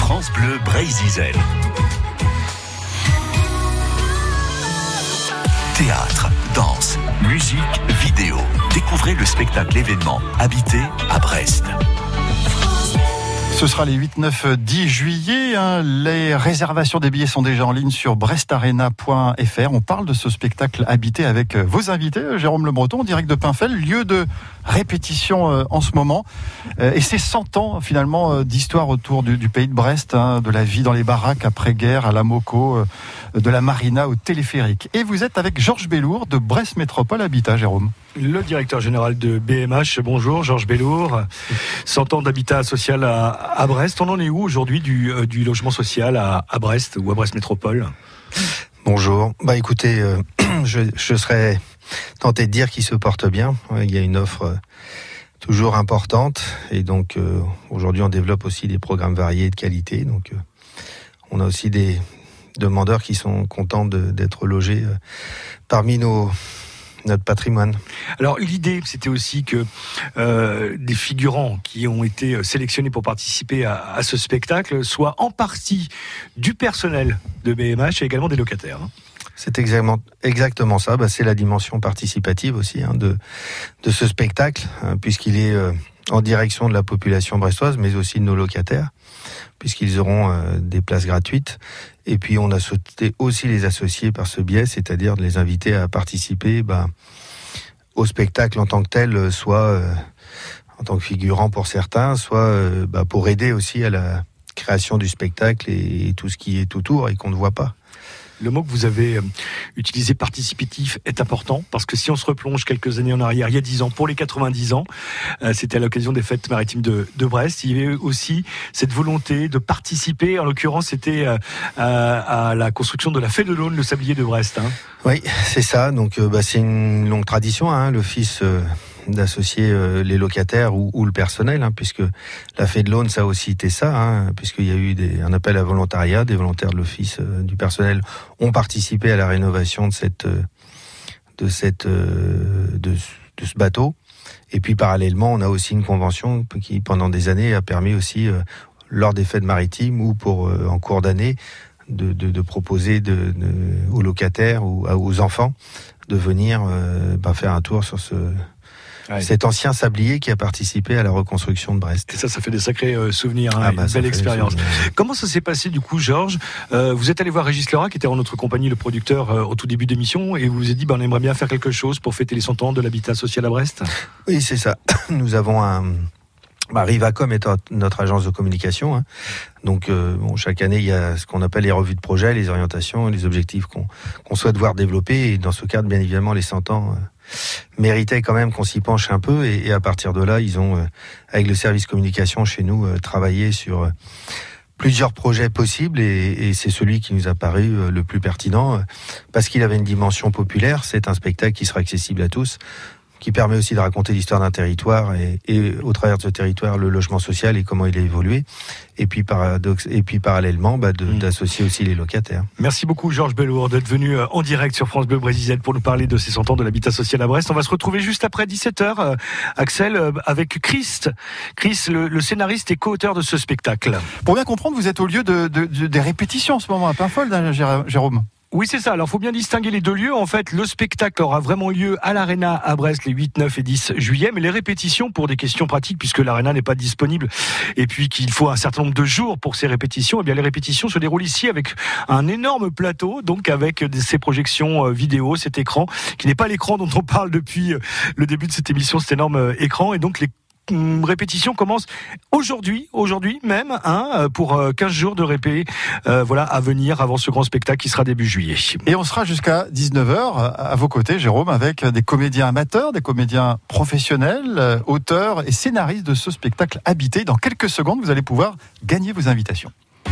France Bleu Brésil. Théâtre, danse, musique, vidéo. Découvrez le spectacle événement Habiter à Brest. Ce sera les 8, 9, 10 juillet. Les réservations des billets sont déjà en ligne sur brestarena.fr. On parle de ce spectacle Habiter avec vos invités. Jérôme Le Breton, en direct de Pinfel, lieu de répétition en ce moment. Et c'est 100 ans finalement d'histoire autour du pays de Brest, de la vie dans les baraques après-guerre, à la Moco, de la marina au téléphérique. Et vous êtes avec Georges Bellour de Brest Métropole Habitat, Jérôme. Le directeur général de BMH. Bonjour, Georges Bellour. 100 ans d'habitat social à Brest. On en est où aujourd'hui du logement social à Brest ou à Brest Métropole ? Bonjour. Écoutez, je serais tenté de dire qu'il se porte bien. Il y a une offre toujours importante et donc aujourd'hui on développe aussi des programmes variés et de qualité. Donc on a aussi des demandeurs qui sont contents d'être logés parmi notre patrimoine. Alors l'idée, c'était aussi que des figurants qui ont été sélectionnés pour participer à ce spectacle soient en partie du personnel de BMH et également des locataires. C'est exactement ça. C'est la dimension participative aussi de ce spectacle, puisqu'il est en direction de la population brestoise, mais aussi de nos locataires, puisqu'ils auront des places gratuites. Et puis on a souhaité aussi les associer par ce biais, c'est-à-dire de les inviter à participer au spectacle en tant que tel, soit en tant que figurant pour certains, soit pour aider aussi à la création du spectacle et tout ce qui est autour et qu'on ne voit pas. Le mot que vous avez utilisé, participatif, est important parce que si on se replonge quelques années en arrière, il y a 10 ans, pour les 90 ans, c'était à l'occasion des fêtes maritimes de Brest, il y avait aussi cette volonté de participer, en l'occurrence c'était à la construction de la Fête de l'Aune, le sablier de Brest. Oui, c'est ça, donc c'est une longue tradition, l'office d'associer les locataires ou le personnel, puisque la Fête de l'Aune, ça a aussi été ça, puisqu'il y a eu un appel à volontariat, des volontaires de l'office du personnel ont participé à la rénovation de ce bateau. Et puis parallèlement, on a aussi une convention qui, pendant des années, a permis aussi, lors des fêtes maritimes ou en cours d'année, de proposer aux locataires ou aux enfants de venir faire un tour sur cet ancien sablier qui a participé à la reconstruction de Brest. Et ça fait des sacrés souvenirs, une belle expérience. Comment ça s'est passé du coup, Georges ? Vous êtes allé voir Régis Lerat, qui était en notre compagnie, le producteur, au tout début d'émission, et vous vous êtes dit, on aimerait bien faire quelque chose pour fêter les 100 ans de l'habitat social à Brest ? Oui, c'est ça. Nous avons Rivacom est notre agence de communication. Donc, chaque année, il y a ce qu'on appelle les revues de projet, les orientations, les objectifs qu'on souhaite voir développer. Et dans ce cadre, bien évidemment, les 100 ans méritait quand même qu'on s'y penche un peu et à partir de là, ils ont, avec le service communication chez nous, travaillé sur plusieurs projets possibles et c'est celui qui nous a paru le plus pertinent parce qu'il avait une dimension populaire. C'est un spectacle qui sera accessible à tous, qui permet aussi de raconter l'histoire d'un territoire et au travers de ce territoire, le logement social et comment il a évolué. Et puis parallèlement, d'associer aussi les locataires. Merci beaucoup Georges Bellour d'être venu en direct sur France Bleu Brésil pour nous parler de ces 100 ans de l'habitat social à Brest. On va se retrouver juste après 17h, Axel, avec Chris, le scénariste et co-auteur de ce spectacle. Pour bien comprendre, vous êtes au lieu des répétitions en ce moment à Pinfel, Jérôme. Oui, c'est ça. Alors, il faut bien distinguer les deux lieux. En fait, le spectacle aura vraiment lieu à l'Arena à Brest les 8, 9 et 10 juillet. Mais les répétitions, pour des questions pratiques, puisque l'Arena n'est pas disponible et puis qu'il faut un certain nombre de jours pour ces répétitions, les répétitions se déroulent ici avec un énorme plateau, donc avec ces projections vidéo, cet écran, qui n'est pas l'écran dont on parle depuis le début de cette émission, cet énorme écran. Et donc, les répétition commence aujourd'hui même, pour 15 jours de répé, à venir avant ce grand spectacle qui sera début juillet. Et on sera jusqu'à 19h à vos côtés, Jérôme, avec des comédiens amateurs, des comédiens professionnels, auteurs et scénaristes de ce spectacle Habité. Dans quelques secondes, vous allez pouvoir gagner vos invitations.